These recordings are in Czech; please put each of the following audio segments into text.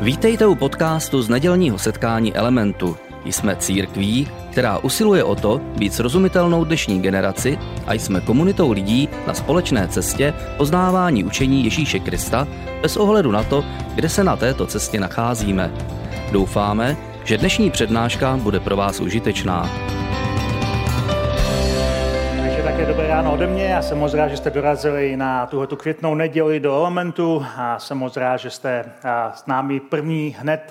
Vítejte u podcastu z nedělního setkání Elementu. Jsme církví, která usiluje o to být srozumitelnou dnešní generaci a jsme komunitou lidí na společné cestě poznávání učení Ježíše Krista bez ohledu na to, kde se na této cestě nacházíme. Doufáme, že dnešní přednáška bude pro vás užitečná. Také dobré ráno ode mě. Já jsem moc rád, že jste dorazili na tuhletu květnou neděli do Elementu a jsem moc rád, že jste s námi první hned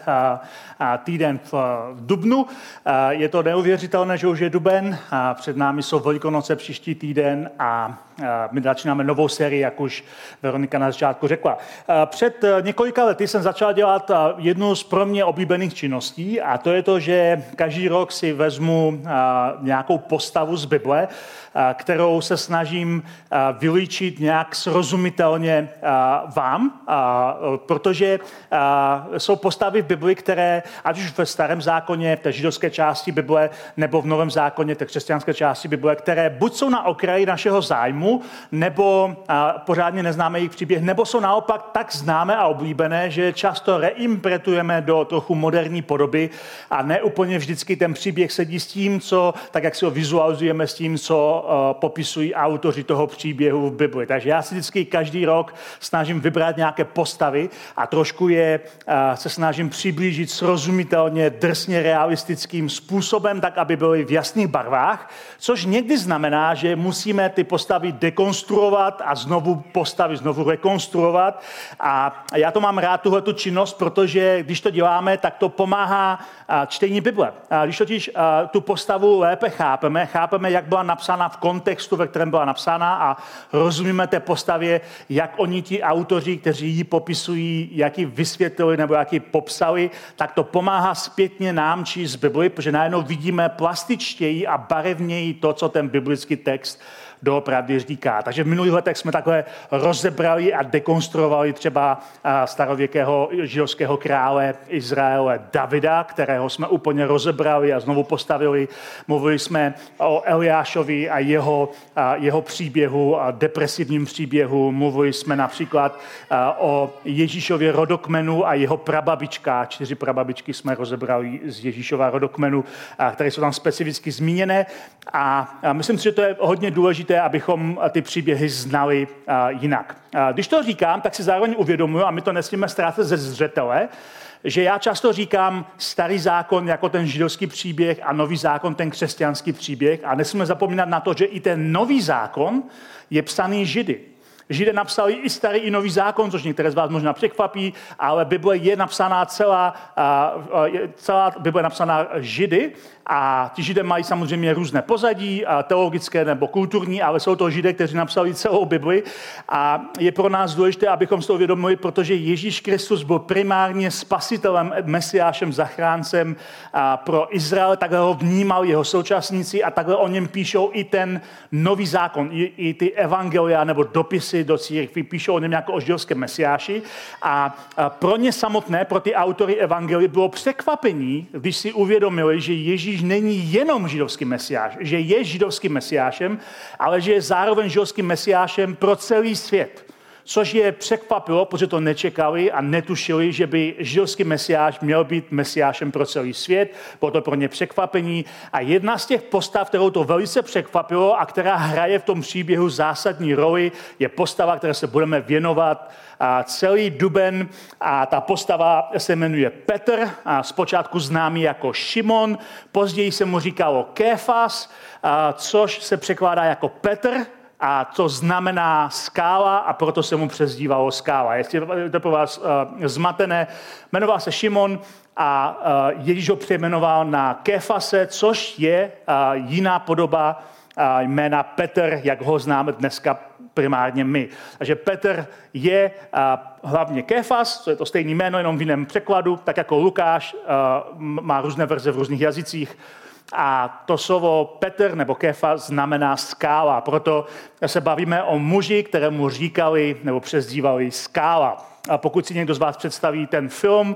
týden v dubnu. Je to neuvěřitelné, že už je duben. Před námi jsou Velikonoce příští týden a my začínáme novou sérii, jak už Veronika na začátku řekla. Před několika lety jsem začal dělat jednu z pro mě oblíbených činností a to je to, že každý rok si vezmu nějakou postavu z Bible, kterou se snažím vylíčit nějak srozumitelně vám, protože jsou postavy v Bibli, které, ať už ve Starém zákoně, v té židovské části Bible, nebo v Novém zákoně, té křesťanské části Bible, které buď jsou na okraji našeho zájmu, nebo pořádně neznáme jejich příběh, nebo jsou naopak tak známé a oblíbené, že často reimpretujeme do trochu moderní podoby a ne úplně vždycky ten příběh sedí s tím, co, tak jak si ho vizualizujeme, s tím, co popisují autoři toho příběhu v Bibli. Takže já si vždycky každý rok snažím vybrat nějaké postavy a trošku je se snažím přiblížit srozumitelně, drsně realistickým způsobem, tak aby byly v jasných barvách, což někdy znamená, že musíme ty postavy dekonstruovat a znovu rekonstruovat. A já to mám rád, tuhletu činnost, protože když to děláme, tak to pomáhá čtení Bible. Když totiž tu postavu lépe chápeme, jak byla napsána v kontextu, ve kterém byla napsána a rozumíme té postavě, jak oni ti autoři, kteří ji popisují, jak ji vysvětlili nebo jak ji popsali, tak to pomáhá zpětně nám číst Bibli, protože najednou vidíme plastičtěji a barevněji to, co ten biblický text doopravdy říká. Takže v minulých letech jsme takhle rozebrali a dekonstruovali třeba starověkého židovského krále Izraele Davida, kterého jsme úplně rozebrali a znovu postavili. Mluvili jsme o Eliášovi a jeho příběhu, a depresivním příběhu. Mluvili jsme například o Ježíšově rodokmenu a jeho prababičkách. 4 prababičky jsme rozebrali z Ježíšova rodokmenu, které jsou tam specificky zmíněné. A myslím si, že to je hodně důležité, abychom ty příběhy znali jinak. Když to říkám, tak si zároveň uvědomuji, a my to nesmíme ztrácet ze zřetele, že já často říkám starý zákon jako ten židovský příběh a nový zákon ten křesťanský příběh a nesmíme zapomínat na to, že i ten nový zákon je psaný Židy. Židé napsali i starý, i nový zákon, což některé z vás možná překvapí, ale Bible je napsaná celá Bible je napsaná Židy a ti Židé mají samozřejmě různé pozadí, teologické nebo kulturní, ale jsou to Židé, kteří napsali celou Bibli a je pro nás důležité, abychom si to uvědomili, protože Ježíš Kristus byl primárně spasitelem, mesiášem, zachráncem pro Izrael, takhle ho vnímali jeho současníci a takhle o něm píšou i ten nový zákon, i ty evangelia nebo dopisy do církví, píšou o něm jako o židovském mesiáši a pro ně samotné, pro ty autory evangelií bylo překvapení, když si uvědomili, že Ježíš není jenom židovský mesiáš, že je židovským mesiášem, ale že je zároveň židovským mesiášem pro celý svět. Což je překvapilo, protože to nečekali a netušili, že by židovský mesiáš měl být mesiášem pro celý svět. Bylo to pro ně překvapení. A jedna z těch postav, kterou to velice překvapilo a která hraje v tom příběhu zásadní roli, je postava, které se budeme věnovat celý duben. A ta postava se jmenuje Petr, a zpočátku známý jako Šimon, později se mu říkalo Kéfas, což se překládá jako Petr, a to znamená skála a proto se mu přezdívalo skála. Jestli je to pro vás zmatené, jmenoval se Šimon a Ježíš ho přejmenoval na Kéfase, což je jiná podoba jména Petr, jak ho známe dneska primárně my. Takže Petr je hlavně Kéfas, to je to stejné jméno, jenom v jiném překladu, tak jako Lukáš má různé verze v různých jazycích. A to slovo Petr nebo Kéfa znamená skála. Proto se bavíme o muži, kterému říkali nebo přezdívali skála. A pokud si někdo z vás představí ten film,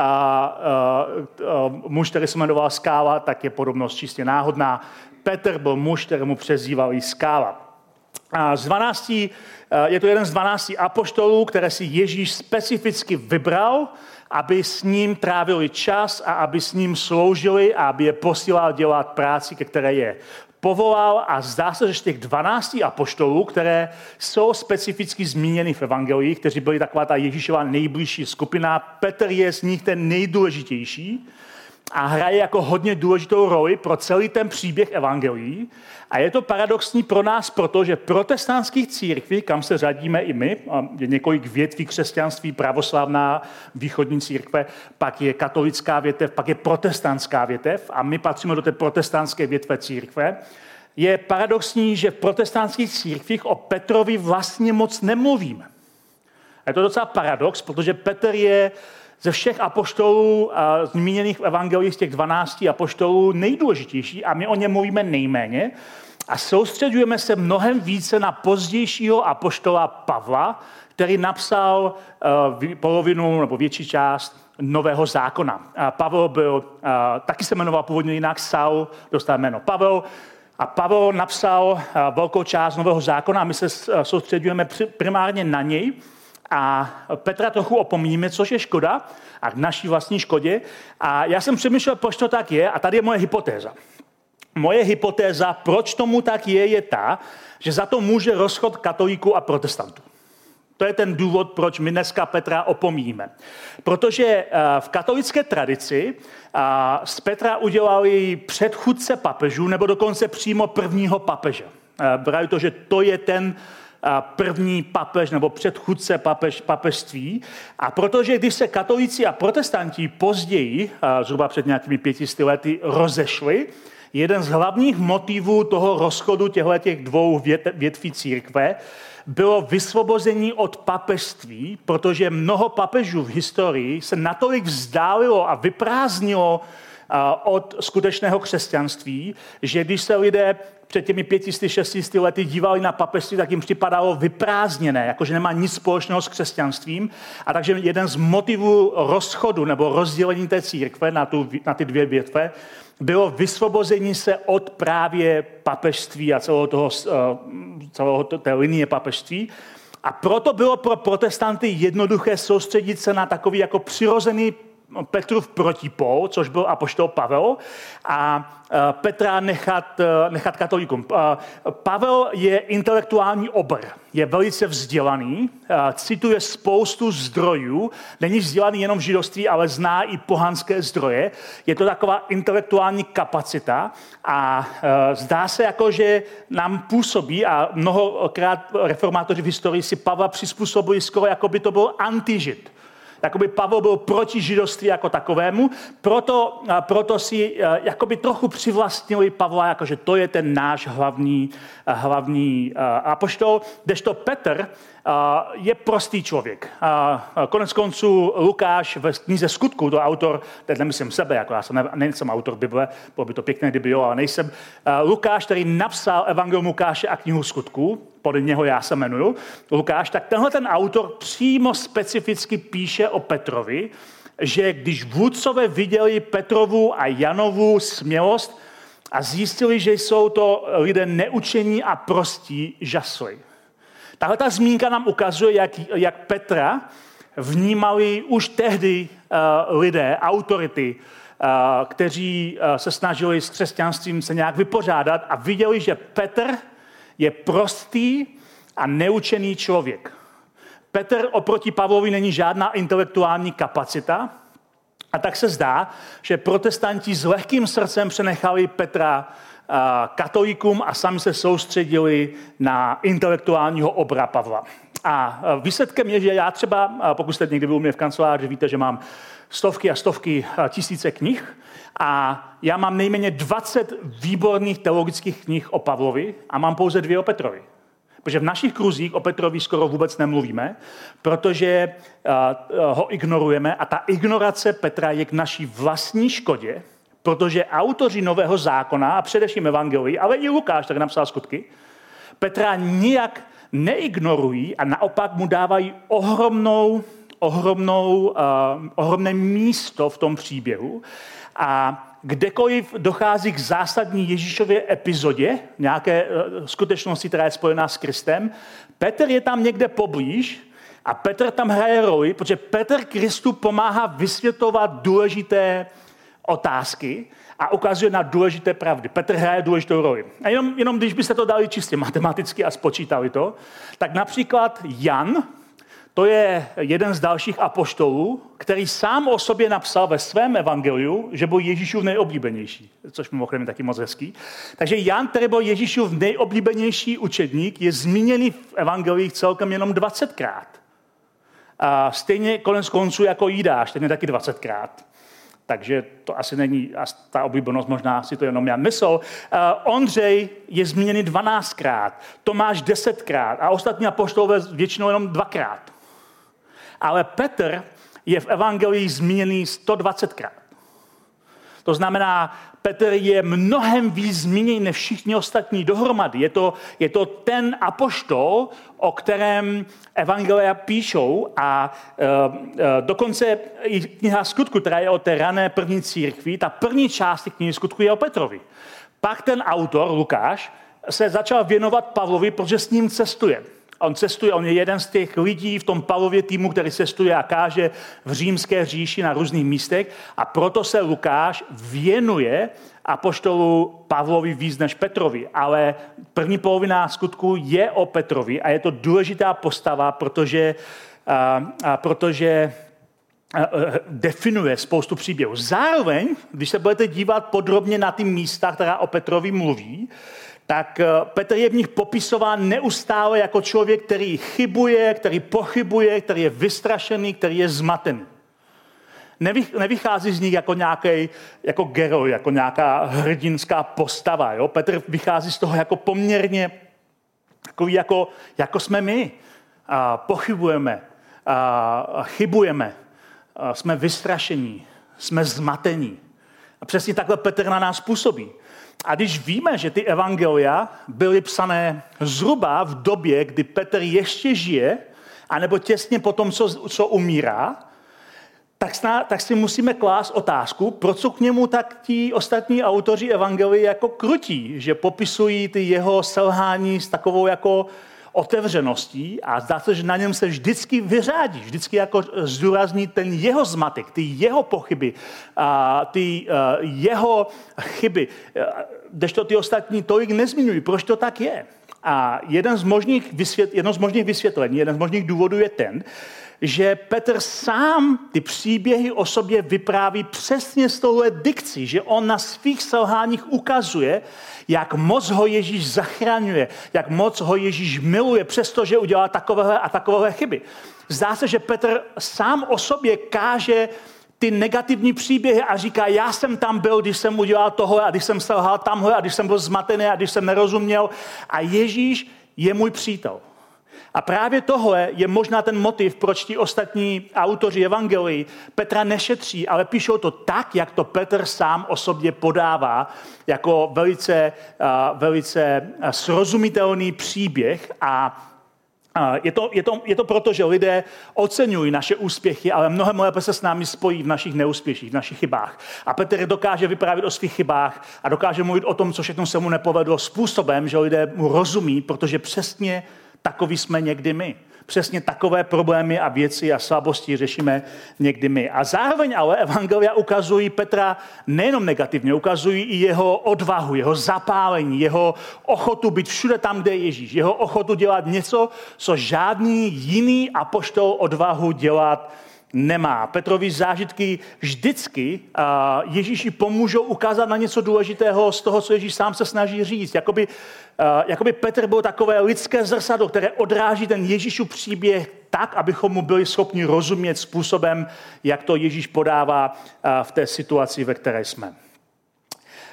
muž, který se jmenoval Skála, tak je podobnost čistě náhodná. Petr byl muž, kterému přezdívali Skála. A je to jeden z 12 apoštolů, které si Ježíš specificky vybral, aby s ním trávili čas a aby s ním sloužili a aby je posílal dělat práci, ke které je povolal. A zdá se, že z těch 12 apoštolů, které jsou specificky zmíněny v evangelích, kteří byli taková ta Ježíšova nejbližší skupina, Petr je z nich ten nejdůležitější a hraje jako hodně důležitou roli pro celý ten příběh evangelií. A je to paradoxní pro nás, protože v protestantských církví, kam se řadíme i my, je několik větví křesťanství, pravoslavná, východní církve, pak je katolická větev, pak je protestantská větev a my patříme do té protestantské větve církve. Je paradoxní, že v protestantských církvích o Petrovi vlastně moc nemluvíme. A je to docela paradox, protože Petr je ze všech apoštolů zmíněných v evangelích z těch 12 apoštolů nejdůležitější a my o něm mluvíme nejméně a soustředujeme se mnohem více na pozdějšího apoštola Pavla, který napsal polovinu nebo větší část Nového zákona. Pavel taky se jmenoval původně jinak Saul, dostal jméno Pavel a Pavel napsal velkou část Nového zákona a my se soustředujeme primárně na něj. A Petra trochu opomíníme, což je škoda, a k naší vlastní škodě. A já jsem přemýšlel, proč to tak je, a tady je moje hypotéza. Moje hypotéza, proč tomu tak je ta, že za to může rozchod katolíků a protestantů. To je ten důvod, proč my dneska Petra opomíníme. Protože v katolické tradici z Petra udělali předchůdce papežů, nebo dokonce přímo prvního papeže. Brali to, že to je ten první papež nebo předchůdce papežství. A protože když se katolíci a protestanti později, zhruba před nějakými 500 lety, rozešli, jeden z hlavních motivů toho rozchodu těch dvou větví církve bylo vysvobození od papežství, protože mnoho papežů v historii se natolik vzdálilo a vyprázdnilo od skutečného křesťanství, že když se lidé před těmi 500-600 lety dívali na papežství, tak jim připadalo vyprázdněné, jakože nemá nic společného s křesťanstvím. A takže jeden z motivů rozchodu nebo rozdělení té církve na ty dvě větve bylo vysvobození se od právě papežství a celého té linie papežství. A proto bylo pro protestanty jednoduché soustředit se na takový jako přirozený Petrův protipol, což byl apoštol Pavel, a Petra nechat katolíkům. Pavel je intelektuální obr, je velice vzdělaný, cituje spoustu zdrojů, není vzdělaný jenom v židovství, ale zná i pohanské zdroje. Je to taková intelektuální kapacita a zdá se jako, že nám působí a mnohokrát reformátoři v historii si Pavla přizpůsobili skoro, jako by to byl antižid. Jakoby Pavel byl proti židovství jako takovému, proto si jakoby trochu přivlastnili Pavla, jakože to je ten náš hlavní apoštol, kdežto Petr je prostý člověk. Konec konců Lukáš ve knize Skutků, to autor, teď nemyslím sebe, jako já nejsem autor Bible, bylo by to pěkné, kdyby jo, ale nejsem. Lukáš, který napsal Evangelium Lukáše a knihu Skutků, podle něho já se jmenuju Lukáš, tak tenhle ten autor přímo specificky píše o Petrovi, že když vůdcové viděli Petrovu a Janovu smělost a zjistili, že jsou to lidé neučení a prostí, žasli. Tahle ta zmínka nám ukazuje, jak Petra vnímali už tehdy lidé, autority, kteří se snažili s křesťanstvím se nějak vypořádat a viděli, že Petr je prostý a neučený člověk. Petr oproti Pavlovi není žádná intelektuální kapacita a tak se zdá, že protestanti s lehkým srdcem přenechali Petra katolíkům a sami se soustředili na intelektuálního obra Pavla. A výsledkem je, že já třeba, pokud jste někdy byli u mě v kanceláři, víte, že mám stovky a stovky tisíce knih a já mám nejméně 20 výborných teologických knih o Pavlovi a mám pouze 2 o Petrovi. Protože v našich kruzích o Petrovi skoro vůbec nemluvíme, protože ho ignorujeme a ta ignorace Petra je k naší vlastní škodě, protože autoři Nového zákona a především Evangelii, ale i Lukáš tak napsal Skutky, Petra nijak neignorují a naopak mu dávají ohromné místo v tom příběhu. A kdekoliv dochází k zásadní Ježíšově epizodě, nějaké skutečnosti, která je spojená s Kristem, Petr je tam někde poblíž a Petr tam hraje roli, protože Petr Kristu pomáhá vysvětlovat důležité otázky a ukazuje na důležité pravdy. Petr hraje důležitou roli. A jenom když byste to dali čistě matematicky a spočítali to, tak například Jan, to je jeden z dalších apoštolů, který sám o sobě napsal ve svém evangeliu, že byl Ježíšův nejoblíbenější, což mimochodem je taky moc hezký. Takže Jan, který byl Ježíšův nejoblíbenější učedník, je zmíněný v evangelích celkem jenom 20krát. A stejně konec konců jako Jidáš, ten je taky 20krát. Takže to asi není, ta oblíbenost možná si to jenom já myslel. Ondřej je zmíněný 12krát, Tomáš 10krát a ostatní apoštolové většinou jenom 2krát. Ale Petr je v evangelii zmíněný 120krát. To znamená, Petr je mnohem víc zmíněný než všichni ostatní dohromady. Je to ten apoštol, o kterém evangelia píšou a dokonce i kniha Skutku, která je o té rané první církvi, ta první část knihy Skutku je o Petrovi. Pak ten autor, Lukáš, se začal věnovat Pavlovi, protože s ním cestuje. On je jeden z těch lidí v tom Pavlově týmu, který cestuje a káže v římské říši na různých místech a proto se Lukáš věnuje apoštolu Pavlovi víc než Petrovi. Ale první polovina Skutku je o Petrovi a je to důležitá postava, protože definuje spoustu příběhů. Zároveň, když se budete dívat podrobně na ty místa, která o Petrovi mluví, tak Petr je v nich popisován neustále jako člověk, který chybuje, který pochybuje, který je vystrašený, který je zmatený. Nevychází z nich jako nějaký jako geroj, jako nějaká hrdinská postava. Jo? Petr vychází z toho jako poměrně takový jako jsme my. Pochybujeme, chybujeme, jsme vystrašení, jsme zmatení. A přesně takhle Petr na nás působí. A když víme, že ty evangelia byly psané zhruba v době, kdy Petr ještě žije, anebo těsně po tom, co umírá, tak si musíme klást otázku, proč jsou k němu tak ti ostatní autoři evangelii jako krutí, že popisují ty jeho selhání s takovou jako otevřeností a zdá se, že na něm se vždycky vyřádí, vždycky jako zdůrazní ten jeho zmatek, ty jeho pochyby, ty jeho chyby, kdežto ty ostatní tolik nezmiňují. Proč to tak je? A jedno z možných vysvětlení, jeden z možných důvodů je ten, že Petr sám ty příběhy o sobě vypráví přesně s touhle dikcí, že on na svých selháních ukazuje, jak moc ho Ježíš zachraňuje, jak moc ho Ježíš miluje, přestože udělá takovéhle a takovéhle chyby. Zdá se, že Petr sám o sobě káže ty negativní příběhy a říká, já jsem tam byl, když jsem udělal tohle a když jsem selhal tamhle a když jsem byl zmatený a když jsem nerozuměl a Ježíš je můj přítel. A právě tohle je možná ten motiv, proč ti ostatní autoři evangelií Petra nešetří, ale píšou to tak, jak to Petr sám o sobě podává, jako velice srozumitelný příběh a je to proto, že lidé oceňují naše úspěchy, ale mnohem lépe se s námi spojí v našich neúspěších, v našich chybách. A Petr dokáže vyprávět o svých chybách a dokáže mluvit o tom, co všechno se mu nepovedlo způsobem, že lidé mu rozumí, protože přesně takový jsme někdy my. Přesně takové problémy a věci a slabosti řešíme někdy my. A zároveň ale evangelia ukazují Petra nejenom negativně, ukazují i jeho odvahu, jeho zapálení, jeho ochotu být všude tam, kde je Ježíš, jeho ochotu dělat něco, co žádný jiný apoštol odvahu dělat nemá. Petrovi zážitky vždycky Ježíši pomůžou ukázat na něco důležitého z toho, co Ježíš sám se snaží říct. Jakoby Petr byl takové lidské zrcadlo, které odráží ten Ježíšův příběh tak, abychom mu byli schopni rozumět způsobem, jak to Ježíš podává v té situaci, ve které jsme.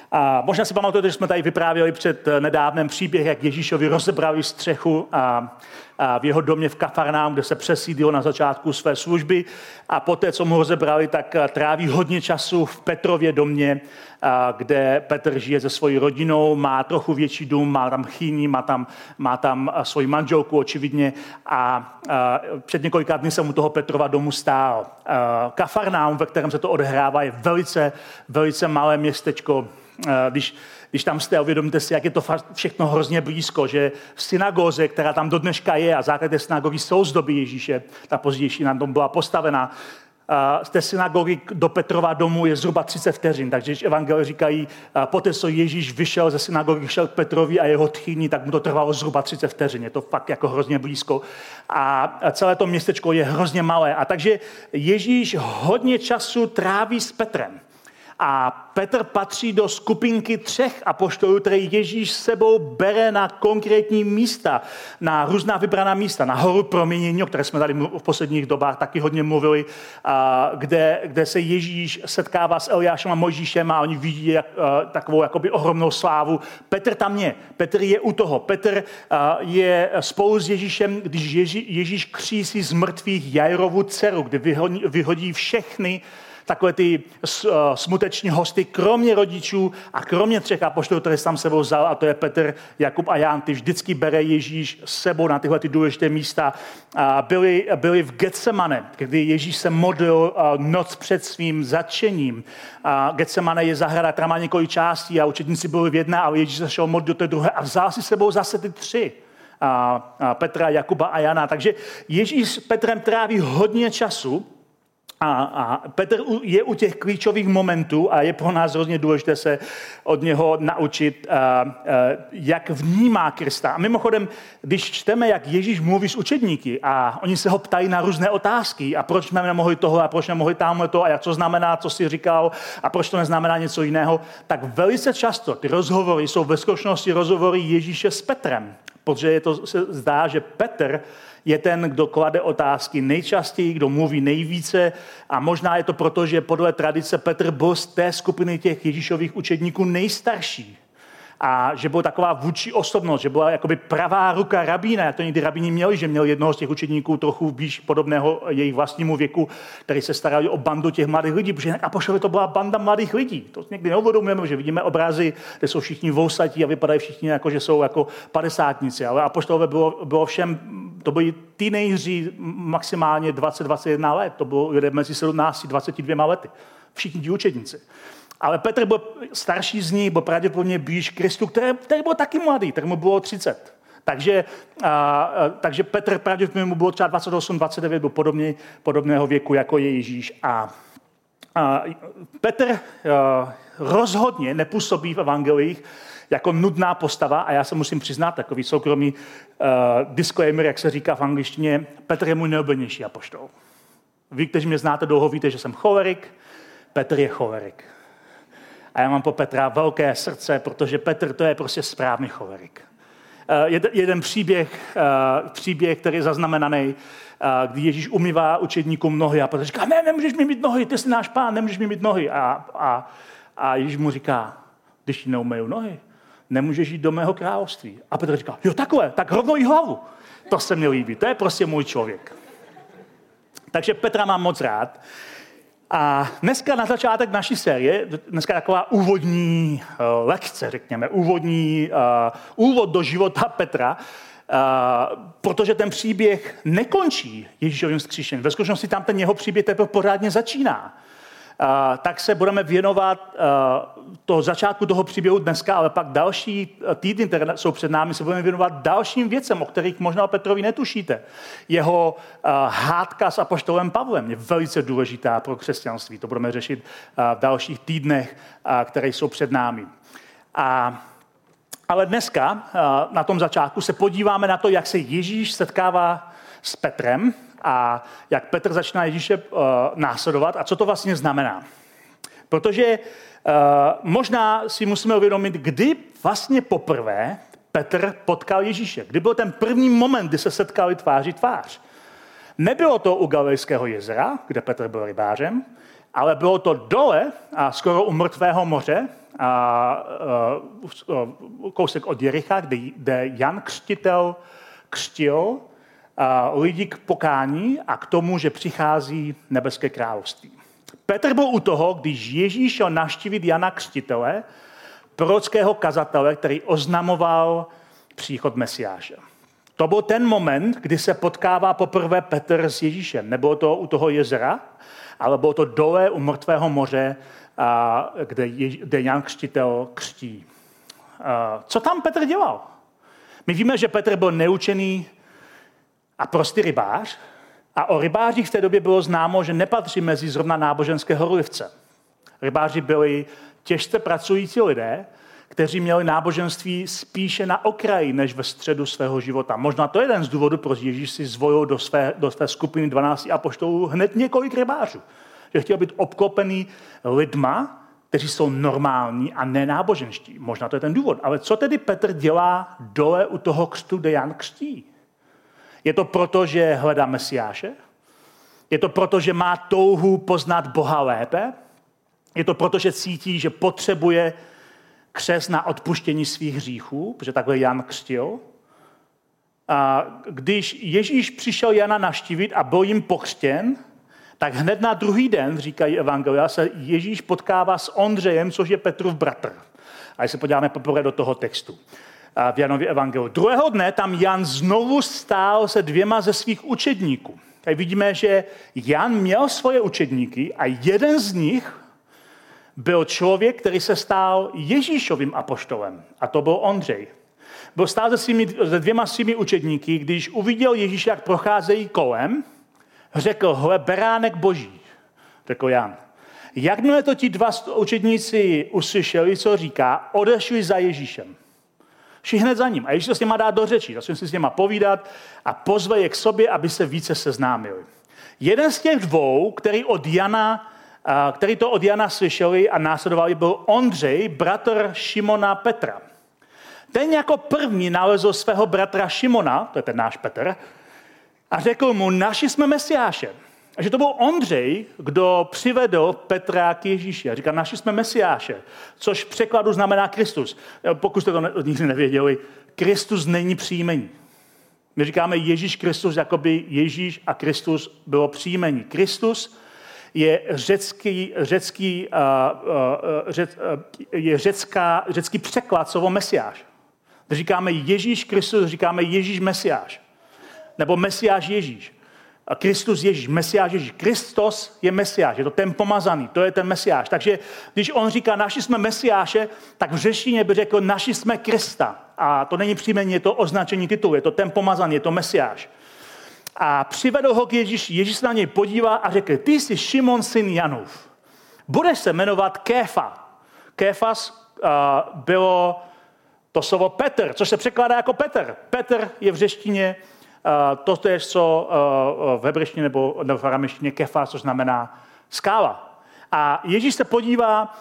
A možná si pamatujete, že jsme tady vyprávěli před nedávném příběh, jak Ježíšovi rozebrali střechu v jeho domě v Kafarnaum, kde se přesídlil na začátku své služby. A poté, co mu rozebrali, tak tráví hodně času v Petrově domě, kde Petr žije se svojí rodinou, má trochu větší dům, má tam chýni, má tam svoji manželku očividně a před několika dny jsem u toho Petrova domu stál. Kafarnaum, ve kterém se to odehrává, je velice, velice malé městečko. Když tam jste, uvědomíte si, jak je to všechno hrozně blízko, že v synagoze, která tam do dneška je, a základ té synagogy jsou z doby Ježíše, ta pozdější na tom byla postavená, z té synagogy do Petrova domu je zhruba 30 vteřin, takže když evangelie říkají, poté, co Ježíš vyšel ze synagogy, šel k Petrovi a jeho tchýni, tak mu to trvalo zhruba 30 vteřin, je to fakt jako hrozně blízko. A celé to městečko je hrozně malé. A takže Ježíš hodně času tráví s Petrem. A Petr patří do skupinky 3 apoštolů, které Ježíš s sebou bere na konkrétní místa, na různá vybraná místa, na horu proměnění, o které jsme tady v posledních dobách taky hodně mluvili, kde se Ježíš setkává s Eliášem a Mojžíšem a oni vidí takovou jakoby ohromnou slávu. Petr tam je, Petr je u toho. Petr je spolu s Ježíšem, když Ježíš křísí z mrtvých Jairovu dceru, kdy vyhodí všechny takové ty smuteční hosty, kromě rodičů a kromě 3 apoštolů, které tam sebou vzal, a to je Petr, Jakub a Jan, ty vždycky bere Ježíš s sebou na tyhle ty důležité místa. Byli v Getsemane, kdy Ježíš se modlil noc před svým zatčením. Getsemane je zahrada, která má několik částí a učedníci byli v jedné, ale Ježíš se šel modlit do té druhé a vzal si sebou zase ty 3. Petra, Jakuba a Jana. Takže Ježíš s Petrem tráví hodně času. A Petr je u těch klíčových momentů a je pro nás hrozně důležité se od něho naučit, jak vnímá Krista. A mimochodem, když čteme, jak Ježíš mluví s učedníky a oni se ho ptají na různé otázky a proč jsme nemohli tohle a proč nemohli tamhle to a jak to znamená, co si říkal a proč to neznamená něco jiného, tak velice často ty rozhovory jsou ve skutečnosti rozhovory Ježíše s Petrem, protože se zdá, že Petr je ten, kdo klade otázky nejčastěji, kdo mluví nejvíce a možná je to proto, že podle tradice Petr byl z té skupiny těch Ježíšových učedníků nejstarší. A že byla taková vůdčí osobnost, že byla jakoby pravá ruka rabína, jak to někdy rabíni měli, že měl jednoho z těch učedníků trochu blíž podobného jejich vlastnímu věku, který se starali o bandu těch mladých lidí, protože apoštolové to byla banda mladých lidí. To někdy neuvědomujeme, že vidíme obrazy, kde jsou všichni vousatí a vypadají všichni jako, že jsou jako padesátníci, ale apoštolové bylo všem, to byli teenageři maximálně 20-21 let, to bylo lidé mezi 17 a 22 lety, všichni ti učedníci. Ale Petr byl starší z nich, byl pravděpodobně blíž Kristu, který byl taky mladý, kterému bylo 30. Takže Petr pravděpodobně mu bylo třeba 28, 29, byl podobného věku, jako je Ježíš. A Petr rozhodně nepůsobí v evangelích jako nudná postava a já se musím přiznat, takový soukromý disclaimer, jak se říká v angličtině, Petr je můj nejoblíbenější apoštol. Vy, kteří mě znáte dlouho, víte, že jsem cholerik, Petr je cholerik. A já mám po Petra velké srdce, protože Petr to je prostě správný cholerik. Jeden příběh, který je zaznamenaný, kdy Ježíš umývá učedníkům nohy a Petr říká, ne, nemůžeš mi mít nohy, ty jsi náš pán, nemůžeš mi mít nohy. A Ježíš mu říká, když ti neumyju nohy, nemůžeš jít do mého království. A Petr říká, jo takhle, tak rovnou jí hlavu. To se mi líbí, to je prostě můj člověk. Takže Petra mám moc rád. A dneska na začátek naší série, dneska taková úvodní lekce, řekněme, úvod do života Petra, protože ten příběh nekončí Ježíšovým vzkříšením. Ve skutečnosti tam ten jeho příběh teprve pořádně začíná. Tak se budeme věnovat toho začátku toho příběhu dneska, ale pak další týdny, které jsou před námi, se budeme věnovat dalším věcem, o kterých možná o Petrovi netušíte. Jeho hádka s apoštolem Pavlem je velice důležitá pro křesťanství. To budeme řešit v dalších týdnech, které jsou před námi. Ale dneska na tom začátku se podíváme na to, jak se Ježíš setkává s Petrem, a jak Petr začíná Ježíše následovat a co to vlastně znamená. Protože možná si musíme uvědomit, kdy vlastně poprvé Petr potkal Ježíše. Kdy byl ten první moment, kdy se setkali tváří tvář. Nebylo to u Galilejského jezera, kde Petr byl rybářem, ale bylo to dole a skoro u Mrtvého moře, kousek od Jericha, kde Jan Křtitel křtil lidi k pokání a k tomu, že přichází nebeské království. Petr byl u toho, když Ježíš šel navštívit Jana Křtitele, prorockého kazatele, který oznamoval příchod Mesiáše. To byl ten moment, kdy se potkává poprvé Petr s Ježíšem. Nebylo to u toho jezera, ale bylo to dole u mrtvého moře, kde Jan Křtitel křtí. Co tam Petr dělal? My víme, že Petr byl neučený a prostý rybář a o rybářích v té době bylo známo, že nepatří mezi zrovna náboženské horlivce. Rybáři byli těžce pracující lidé, kteří měli náboženství spíše na okraji, než ve středu svého života. Možná to je jeden z důvodů, proč Ježíš si zvolil do své skupiny 12 apoštolů hned několik rybářů. Že chtěl být obklopený lidma, kteří jsou normální a nenáboženští. Možná to je ten důvod. Ale co tedy Petr dělá dole u toho křtu, kde Jan křtí? Je to proto, že hledá Mesiáše? Je to proto, že má touhu poznat Boha lépe? Je to proto, že cítí, že potřebuje křest na odpuštění svých hříchů, protože takhle Jan křtil? A když Ježíš přišel Jana navštívit a byl jim pokřtěn, tak hned na druhý den, říkají evangelia, se Ježíš potkává s Ondřejem, což je Petrův bratr. A když se podíváme poprvé do toho textu v Janově evangeliu. Druhého dne tam Jan znovu stál se 2 ze svých učedníků. Tady vidíme, že Jan měl svoje učedníky a jeden z nich byl člověk, který se stal Ježíšovým apoštolem. A to byl Ondřej. Byl stál se 2 svými učedníky, když uviděl Ježíše, jak procházejí kolem, řekl, hle, beránek boží, řekl Jan. Jakmile to ti 2 učedníci uslyšeli, co říká, odešli za Ježíšem. Šli hned za ním. A Ježíš se s nima dá do řečí. Začal si s nima povídat a pozve je k sobě, aby se více seznámili. Jeden z těch 2, který to od Jana slyšeli a následovali, byl Ondřej, bratr Šimona Petra. Ten jako první nalezl svého bratra Šimona, to je ten náš Petr, a řekl mu, našli jsme Mesiáše. A že to byl Ondřej, kdo přivedl Petra k Ježíši. A říká, našli jsme Mesiáše, což v překladu znamená Kristus. Pokud jste to nikdy nevěděli, Kristus není příjmení. My říkáme Ježíš Kristus, jakoby Ježíš a Kristus bylo příjmení. Kristus je řecký překlad slovo Mesiáš. Když říkáme Ježíš Kristus, říkáme Ježíš Mesiáš. Nebo Mesiáš Ježíš. A Kristus Ježíš, Mesiáš Ježíš. Kristus je Mesiáš, je to ten pomazaný, to je ten Mesiáš. Takže když on říká, našli jsme Mesiáše, tak v řečtině by řekl, našli jsme Krista. A to není příjmení, je to označení titulu, je to ten pomazaný, je to Mesiáš. A přivedl ho k Ježíši, Ježíš se na něj podívá a řekl, ty jsi Šimon, syn Janův. Budeš se jmenovat Kéfa. Kéfas bylo to slovo Petr, což se překládá jako Petr. Petr je v řečtině to je, co v hebrejštině nebo v aramejštině kefa, což znamená skála. A Ježíš se podívá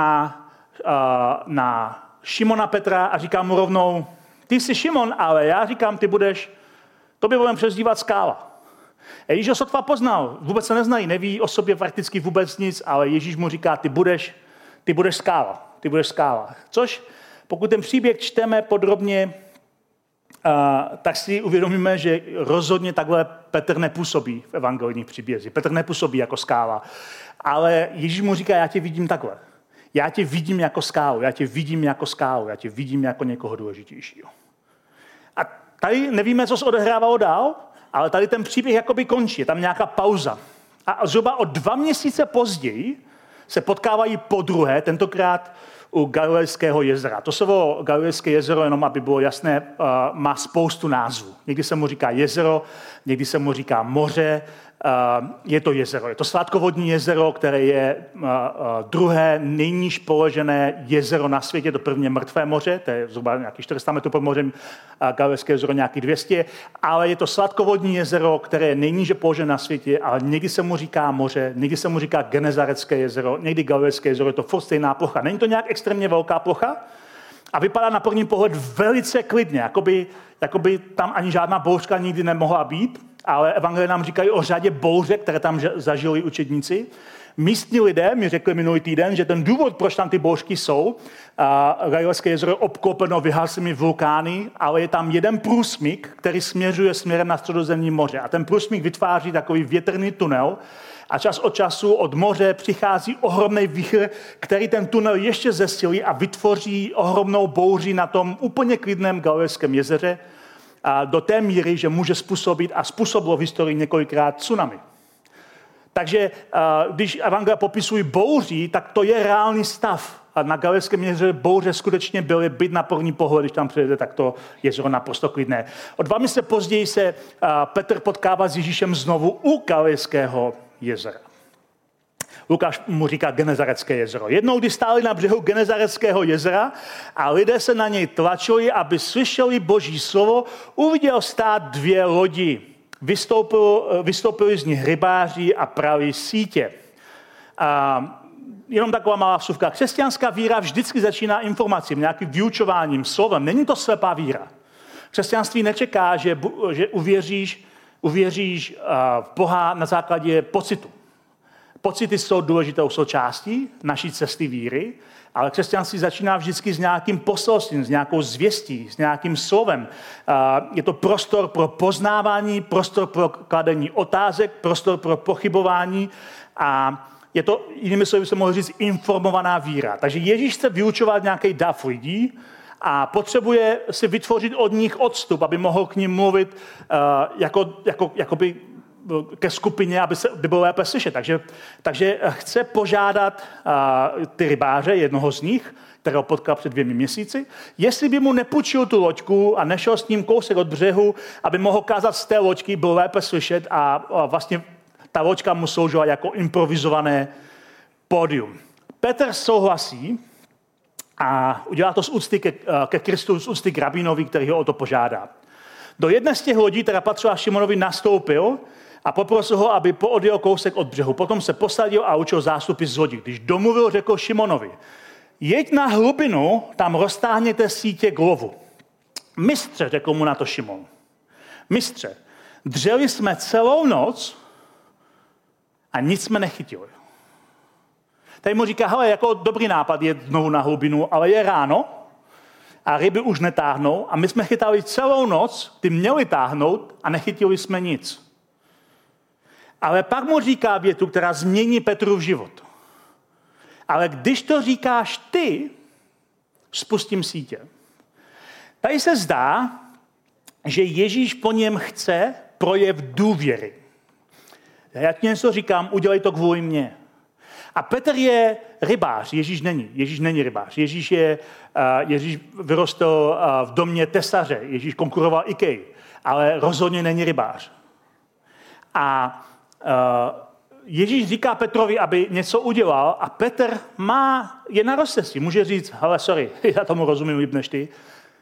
na Šimona Petra a říká mu rovnou, ty jsi Šimon, ale já říkám, tobě budeme přezdívat skála. A Ježíš ho sotva poznal, vůbec se neznají, neví o sobě prakticky vůbec nic, ale Ježíš mu říká, ty budeš skála. Což, pokud ten příběh čteme podrobně, tak si uvědomíme, že rozhodně takhle Petr nepůsobí v evangelijních příbězích. Petr nepůsobí jako skála, ale Ježíš mu říká, já tě vidím takhle. Já tě vidím jako skálu, já tě vidím jako někoho důležitějšího. A tady nevíme, co se odehrávalo dál, ale tady ten příběh jakoby končí, je tam nějaká pauza. A zhruba o 2 měsíce později se potkávají podruhé, tentokrát u Galilejského jezera. To slovo Galilejské jezero, jenom aby bylo jasné, má spoustu názvů. Někdy se mu říká jezero, někdy se mu říká moře. Je to jezero. Je to sladkovodní jezero, které je druhé nejníž položené jezero na světě, to první mrtvé moře, to je zhruba nějakých 400 metrů pod mořem, Galilejské jezero nějakých 200, ale je to sladkovodní jezero, které je nejníže položené na světě, ale někdy se mu říká moře, někdy se mu říká Genezaretské jezero, někdy Galilejské jezero, je to furt stejná plocha. Není to nějak extrémně velká plocha a vypadá na první pohled velice klidně, jakoby tam ani žádná bouřka nikdy nemohla být, ale evangelie nám říkají o řadě bouřek, které tam zažili učedníci. Místní lidé mi řekli minulý týden, že ten důvod, proč tam ty bouřky jsou, Galilejské jezero je obklopeno vyhaslými vulkány, ale je tam jeden průsmyk, který směřuje směrem na Středozemní moře. A ten průsmyk vytváří takový větrný tunel a čas od času od moře přichází ohromný vítr, který ten tunel ještě zesilí a vytvoří ohromnou bouři na tom úplně klidném Galilejském jezeře a do té míry, že může způsobit a způsobilo v historii několikrát tsunami. Takže když evangelia popisují bouří, tak to je reálný stav. A na Galilejském jezeře bouře skutečně byly, byt na první pohled, když tam přijede, tak to jezero naprosto klidné. O 2 měsíce později se Petr potkává s Ježíšem znovu u Galilejského jezera. Lukáš mu říká Genezarecké jezero. Jednou, když stáli na břehu Genezareckého jezera a lidé se na něj tlačili, aby slyšeli Boží slovo, uviděl stát 2 lodi. Vystoupili z nich rybáři a prali sítě. Jenom taková malá vsuvka. Křesťanská víra vždycky začíná informacím, nějakým vyučováním, slovem. Není to slepá víra. Křesťanství nečeká, že uvěříš v Boha na základě pocitu. Pocity jsou důležitou součástí naší cesty víry, ale křesťanství začíná vždycky s nějakým poselstvím, s nějakou zvěstí, s nějakým slovem. Je to prostor pro poznávání, prostor pro kladení otázek, prostor pro pochybování a je to, jinými slovy se mohl říct, informovaná víra. Takže Ježíš chce vyučovat nějaký dav lidí a potřebuje si vytvořit od nich odstup, aby mohl k ním mluvit jakoby ke skupině, aby bylo lépe slyšet. Takže chce požádat ty rybáře, jednoho z nich, kterého potkal před 2 měsíci, jestli by mu nepůjčil tu loďku a nešel s ním kousek od břehu, aby mohl kázat z té loďky, bylo lépe slyšet a vlastně ta loďka mu sloužila jako improvizované pódium. Petr souhlasí a udělá to z úcty ke Kristu, z úcty k rabínovi, který ho o to požádá. Do jedné z těch lodí, která patřila Šimonovi, nastoupil a poprosil ho, aby poodjel kousek od břehu. Potom se posadil a učil zástupy z lodí. Když domluvil, řekl Šimonovi, jeď na hlubinu, tam roztáhněte sítě k lovu. Mistře, řekl mu na to Šimon. Mistře, dřeli jsme celou noc a nic jsme nechytili. Tady mu říká, hele, jako dobrý nápad je znovu na hlubinu, ale je ráno a ryby už netáhnou a my jsme chytali celou noc, ty měli táhnout a nechytili jsme nic. Ale pak mu říká větu, která změní Petrův život. Ale když to říkáš ty, spustím sítě. Tady se zdá, že Ježíš po něm chce projev důvěry. Já ti něco říkám, udělej to kvůli mně. A Petr je rybář, Ježíš není rybář. Ježíš vyrostl v domě tesaře, Ježíš konkuroval Ikea, ale rozhodně není rybář. A Ježíš říká Petrovi, aby něco udělal a Petr je na rozcestí. Může říct, hele, sorry, já tomu rozumím líp než ty,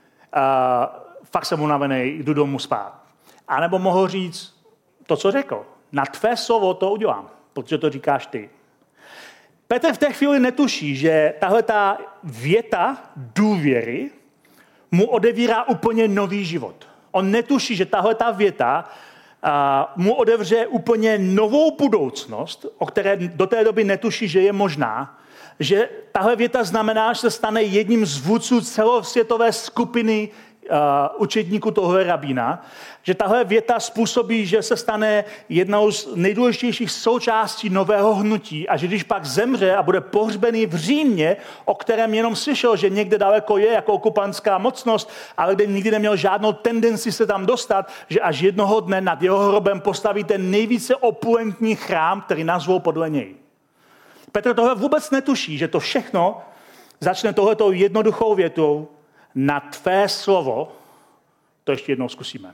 fakt jsem unavený, jdu domů spát. A nebo mohl říct to, co řekl. Na tvé slovo to udělám, protože to říkáš ty. Petr v té chvíli netuší, že tahle ta věta důvěry mu odevírá úplně nový život. On netuší, že tahle ta věta mu odevře úplně novou budoucnost, o které do té doby netuší, že je možná, že tahle věta znamená, že se stane jedním z vůdců celosvětové skupiny učedníků tohle rabína, že tahle věta způsobí, že se stane jednou z nejdůležitějších součástí nového hnutí a že když pak zemře a bude pohřbený v Římě, o kterém jenom slyšel, že někde daleko je jako okupantská mocnost, ale kde nikdy neměl žádnou tendenci se tam dostat, že až jednoho dne nad jeho hrobem postaví ten nejvíce opulentní chrám, který nazvou podle něj. Petr tohle vůbec netuší, že to všechno začne tohletou jednoduchou větou: na tvé slovo, to ještě jednou zkusíme.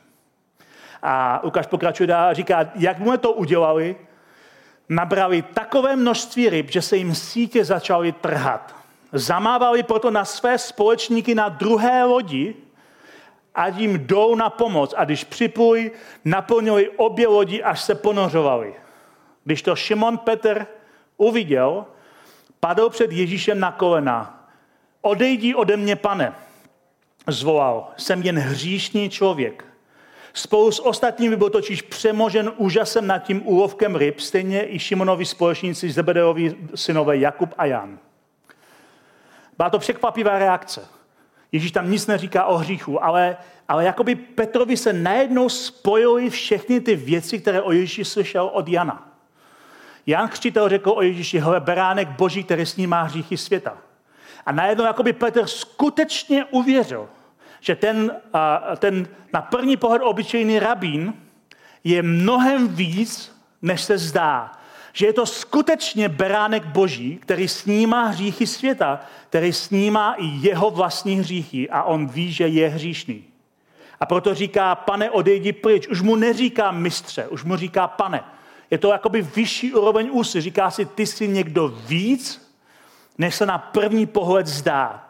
A Lukáš pokračuje dál a říká, jak mu to udělali, nabrali takové množství ryb, že se jim sítě začaly trhat. Zamávali proto na své společníky na druhé lodi, ať jim jdou na pomoc. A když připluli, naplnili obě lodi, až se ponořovali. Když to Šimon Petr uviděl, padl před Ježíšem na kolena. Odejdi ode mě, Pane. zvolal, jsem jen hříšný člověk. Spolu s ostatními byl totiž přemožen úžasem nad tím úlovkem ryb, stejně i Šimonovi společníci Zebedeovi synové Jakub a Jan. Byla to překvapivá reakce. Ježíš tam nic neříká o hříchu, ale jakoby Petrovi se najednou spojily všechny ty věci, které o Ježíši slyšel od Jana. Jan Křtitel řekl o Ježíši, hele, beránek Boží, který snímá hříchy světa. A najednou jakoby Petr skutečně uvěřil, že ten na první pohled obyčejný rabín je mnohem víc, než se zdá. Že je to skutečně beránek Boží, který snímá hříchy světa, který snímá i jeho vlastní hříchy a on ví, že je hříšný. A proto říká, pane, odejdi pryč. Už mu neříká mistře, už mu říká pane. Je to jakoby vyšší úroveň ústy. Říká si, ty jsi někdo víc, než se na první pohled zdá.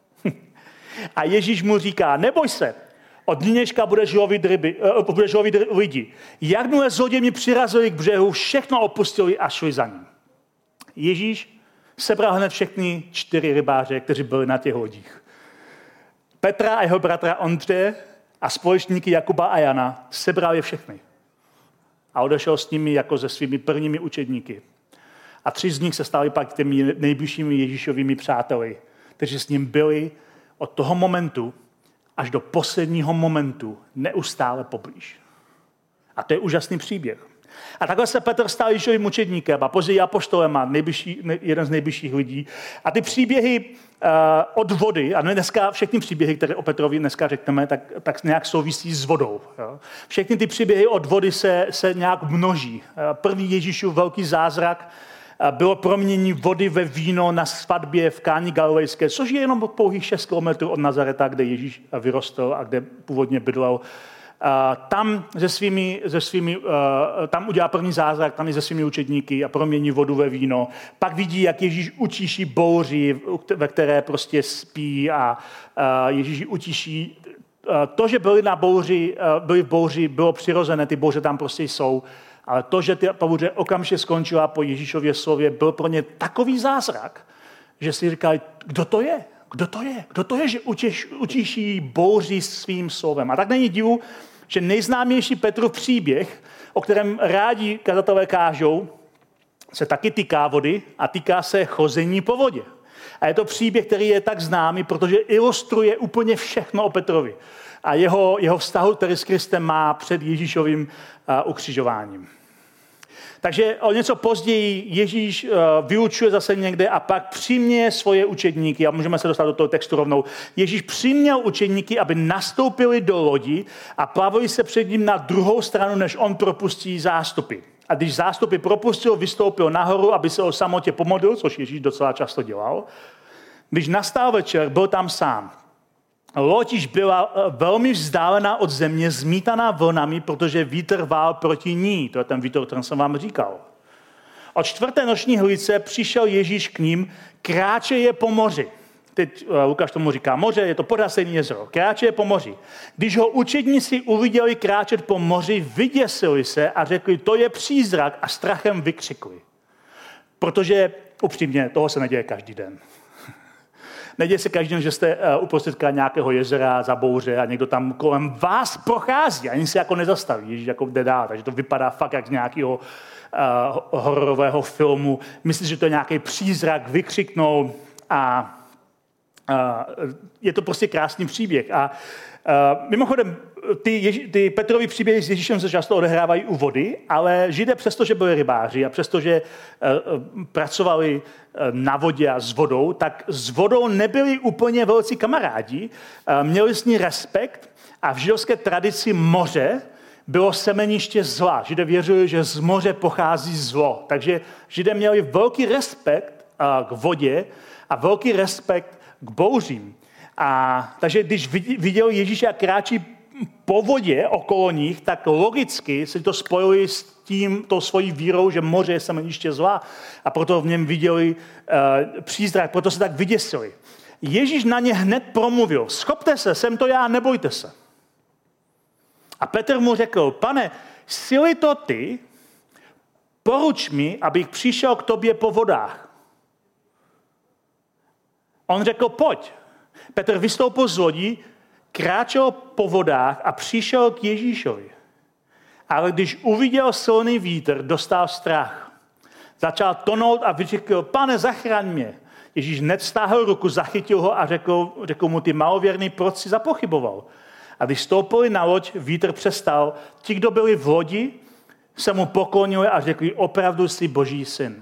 A Ježíš mu říká, neboj se, od dneška budeš lovit lidi. Jakmile zloději mi přirazili k břehu, všechno opustili a šli za ním. Ježíš sebral hned všechny 4 rybáře, kteří byli na těch lodích. Petra a jeho bratra Ondřeje a společníky Jakuba a Jana sebral je všechny. A odešel s nimi jako se svými prvními učedníky. A 3 z nich se stali pak těmi nejbližšími Ježíšovými přáteli, kteří s ním byli od toho momentu až do posledního momentu neustále poblíž. A to je úžasný příběh. A takhle se Petr stal Ježíšovým učedníkem a později apoštolem a jeden z nejbližších lidí. A ty příběhy od vody, a dneska všechny příběhy, které o Petrovi dneska řekneme, tak nějak souvisí s vodou. Jo. Všechny ty příběhy od vody se nějak množí. První Ježíšův velký zázrak bylo proměnění vody ve víno na svatbě v Káni Galilejské, což je jenom pouhých 6 kilometrů od Nazareta, kde Ježíš vyrostl a kde původně bydlel. Tam tam udělá první zázrak, tam je se svými učedníky a promění vodu ve víno. Pak vidí, jak Ježíš utiší bouři, ve které prostě spí a Ježíš utiší. To, že byli v bouři, bylo přirozené, ty bouře tam prostě jsou. Ale to, že ta bouře okamžitě skončila po Ježíšově slově, byl pro ně takový zázrak, že si říkali, kdo to je? Kdo to je, že utiší bouři svým slovem? A tak není divu, že nejznámější Petrův příběh, o kterém rádi kazatelé kážou, se taky týká vody a týká se chození po vodě. A je to příběh, který je tak známý, protože ilustruje úplně všechno o Petrovi a jeho vztahu, který s Kristem má před Ježíšovým ukřižováním. Takže o něco později Ježíš vyučuje zase někde a pak přiměje svoje učedníky, a můžeme se dostat do toho textu rovnou. Ježíš přiměl učedníky, aby nastoupili do lodi a plavili se před ním na druhou stranu, než on propustí zástupy. A když zástupy propustil, vystoupil nahoru, aby se o samotě pomodlil, což Ježíš docela často dělal. Když nastal večer, byl tam sám. Loď již byla velmi vzdálená od země, zmítaná vlnami, protože vítr vál proti ní. To je ten vítr, který jsem vám říkal. Od 4. noční hlídce přišel Ježíš k ním, kráčeje po moři. Teď Lukáš tomu říká moře, je to podrasené jezero. Kráčeje po moři. Když ho učedníci uviděli kráčet po moři, vyděsili se a řekli, to je přízrak, a strachem vykřikli. Protože upřímně, toho se neděje každý den. Neděje se každý den, že jste uprostřed nějakého jezera za bouře a někdo tam kolem vás prochází a ani se jako nezastaví, Ježíš jako jde dál. Takže to vypadá fakt jak z nějakého hororového filmu. Myslíte, že to je nějaký přízrak, vykřiknou a je to prostě krásný příběh. A mimochodem, ty Petrovy příběhy s Ježíšem se často odehrávají u vody, ale Židé přestože byli rybáři a přestože pracovali na vodě a s vodou, tak s vodou nebyli úplně velcí kamarádi, měli s ní respekt a v židovské tradici moře bylo semeniště zla. Židé věřili, že z moře pochází zlo. Takže Židé měli velký respekt k vodě a velký respekt k bouřím. Takže když viděl Ježíše, jak kráčí po vodě okolo nich, tak logicky si to spojili s tou svojí vírou, že moře je semeniště zla a proto v něm viděli přízrak, proto se tak vyděsili. Ježíš na ně hned promluvil, schopte se, jsem to já, nebojte se. A Petr mu řekl, pane, jsi to ty, poruč mi, abych přišel k tobě po vodách. On řekl, pojď. Petr vystoupil z lodi, kráčel po vodách a přišel k Ježíšovi. Ale když uviděl silný vítr, dostal strach. Začal tonout a vyřekl, Pane, zachraň mě. Ježíš hned stáhl ruku, zachytil ho a řekl mu, ty malověrný, proč si zapochyboval? A když stoupili na loď, vítr přestal. Ti, kdo byli v lodi, se mu poklonili a řekli, opravdu jsi Boží syn.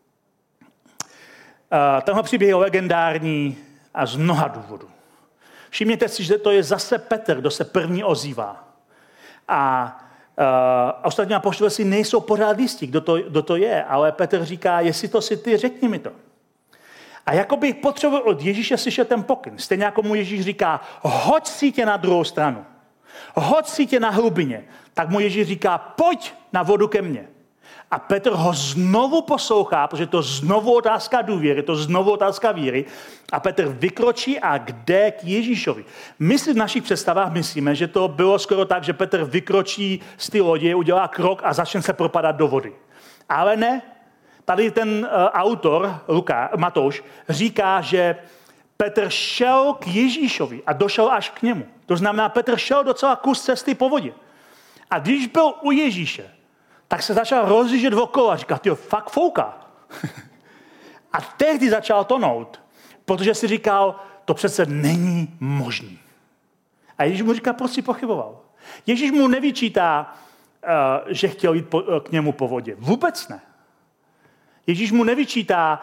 Tenhle příběh je legendární a z mnoha důvodů. Všimněte si, že to je zase Petr, kdo se první ozývá. A ostatní apoštolé si nejsou pořád jistí, kdo to je, ale Petr říká, jestli to si ty, řekni mi to. A jako bych potřeboval od Ježíše slyšet ten pokyn. Stejně jako mu Ježíš říká, hoď sítě na druhou stranu. Hoď sítě na hlubině. Tak mu Ježíš říká, pojď na vodu ke mně. A Petr ho znovu poslouchá, protože to znovu otázka důvěry, to znovu otázka víry. A Petr vykročí a jde k Ježíšovi. My si v našich představách myslíme, že to bylo skoro tak, že Petr vykročí z té lodě, udělá krok a začne se propadat do vody. Ale ne. Tady ten autor, Matouš, říká, že Petr šel k Ježíšovi a došel až k němu. To znamená, Petr šel docela kus cesty po vodě. A když byl u Ježíše, tak se začal rozjíždět okolo a říká, tyjo, fakt fouká. A tehdy začal tonout, protože si říkal, to přece není možný. A Ježíš mu říká, proč si pochyboval? Ježíš mu nevyčítá, že chtěl jít k němu po vodě. Vůbec ne. Ježíš mu nevyčítá,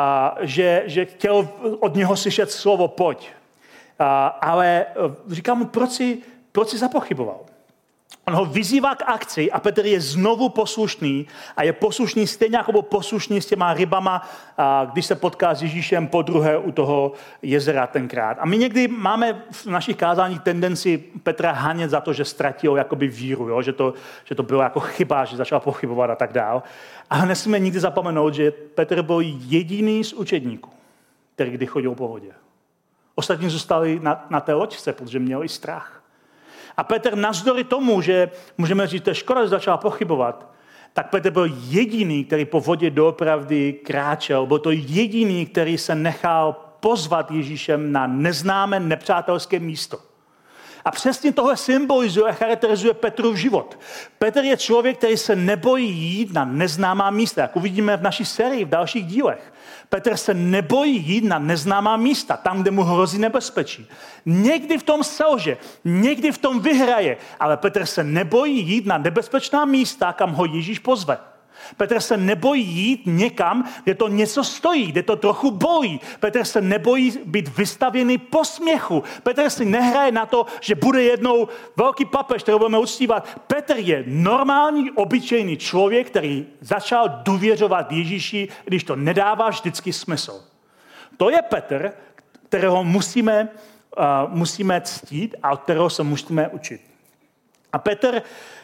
že chtěl od něho slyšet slovo pojď. Ale říká mu, proč si zapochyboval. On ho vyzývá k akci a Petr je znovu poslušný a je poslušný stejně jako byl poslušný s těma rybama, když se potká s Ježíšem podruhé u toho jezera tenkrát. A my někdy máme v našich kázáních tendenci Petra hanět za to, že ztratil jakoby víru, jo? Že to bylo jako chyba, že začal pochybovat a tak dál. A nesmíme nikdy zapomenout, že Petr byl jediný z učedníků, který kdy chodil po vodě. Ostatní zůstali na té loďce, protože měli strach. A Petr navzdory tomu, že můžeme říct, že škoda, že začal pochybovat, tak Petr byl jediný, který po vodě doopravdy kráčel. Byl to jediný, který se nechal pozvat Ježíšem na neznámé nepřátelské místo. A přesně tohle symbolizuje a charakterizuje Petrův život. Petr je člověk, který se nebojí jít na neznámá místa, jak uvidíme v naší sérii, v dalších dílech. Petr se nebojí jít na neznámá místa, tam, kde mu hrozí nebezpečí. Někdy v tom selže, někdy v tom vyhraje, ale Petr se nebojí jít na nebezpečná místa, kam ho Ježíš pozve. Petr se nebojí jít někam, kde to něco stojí, kde to trochu bolí. Petr se nebojí být vystavěný posměchu. Petr si nehraje na to, že bude jednou velký papež, kterého budeme uctívat. Petr je normální, obyčejný člověk, který začal důvěřovat Ježíši, když to nedává vždycky smysl. To je Petr, kterého musíme ctít a od kterého se musíme učit. A Petr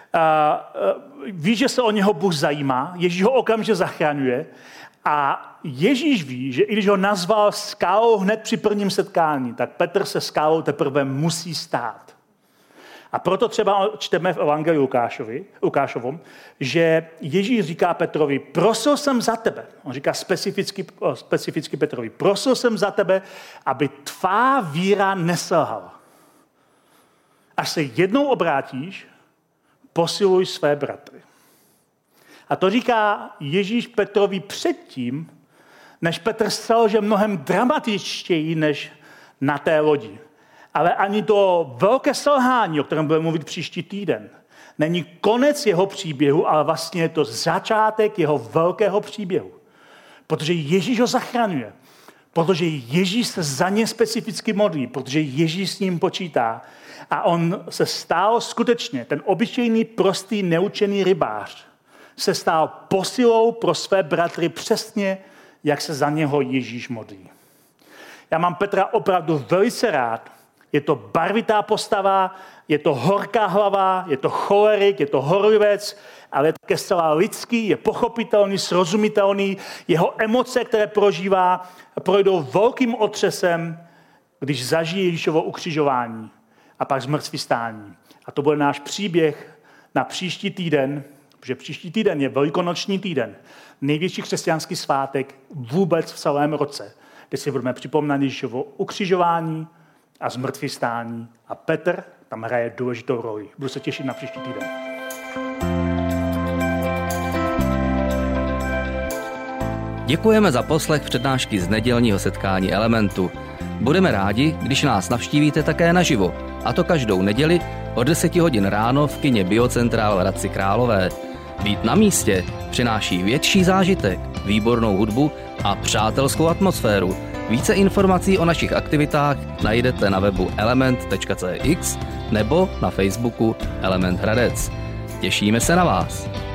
ví, že se o něho Bůh zajímá, Ježíš ho okamžitě zachraňuje a Ježíš ví, že i když ho nazval skálou hned při prvním setkání, tak Petr se skálou teprve musí stát. A proto třeba čteme v Evangeliu Lukášovom, že Ježíš říká Petrovi, prosil jsem za tebe, on říká specificky Petrovi, prosil jsem za tebe, aby tvá víra neselhala. Až se jednou obrátíš, posiluj své bratry. A to říká Ježíš Petrovi předtím, než Petr selže mnohem dramatičtěji než na té lodi. Ale ani to velké selhání, o kterém budeme mluvit příští týden, není konec jeho příběhu, ale vlastně je to začátek jeho velkého příběhu. Protože Ježíš ho zachraňuje. Protože Ježíš se za ně specificky modlí, protože Ježíš s ním počítá. A on se stal skutečně, ten obyčejný, prostý, neučený rybář, se stal posilou pro své bratry přesně, jak se za něho Ježíš modlí. Já mám Petra opravdu velice rád. Je to barvitá postava, je to horká hlava, je to cholerik, je to horlivec, ale je také zcela lidský, je pochopitelný, srozumitelný. Jeho emoce, které prožívá, projdou velkým otřesem, když zažije Ježíšovo ukřižování a pak zmrtvýstání. A to bude náš příběh na příští týden, protože příští týden je velikonoční týden, největší křesťanský svátek vůbec v celém roce, kde si budeme připomínat Ježíšovo ukřižování a zmrtvýstání a Petr tam hraje důležitou roli. Budu se těšit na příští týden. Děkujeme za poslech přednášky z nedělního setkání Elementu. Budeme rádi, když nás navštívíte také naživo, a to každou neděli od 10 hodin ráno v kině Biocentrál v Hradci Králové. Být na místě přináší větší zážitek, výbornou hudbu a přátelskou atmosféru. Více informací o našich aktivitách najdete na webu element.cx nebo na Facebooku Element Hradec. Těšíme se na vás.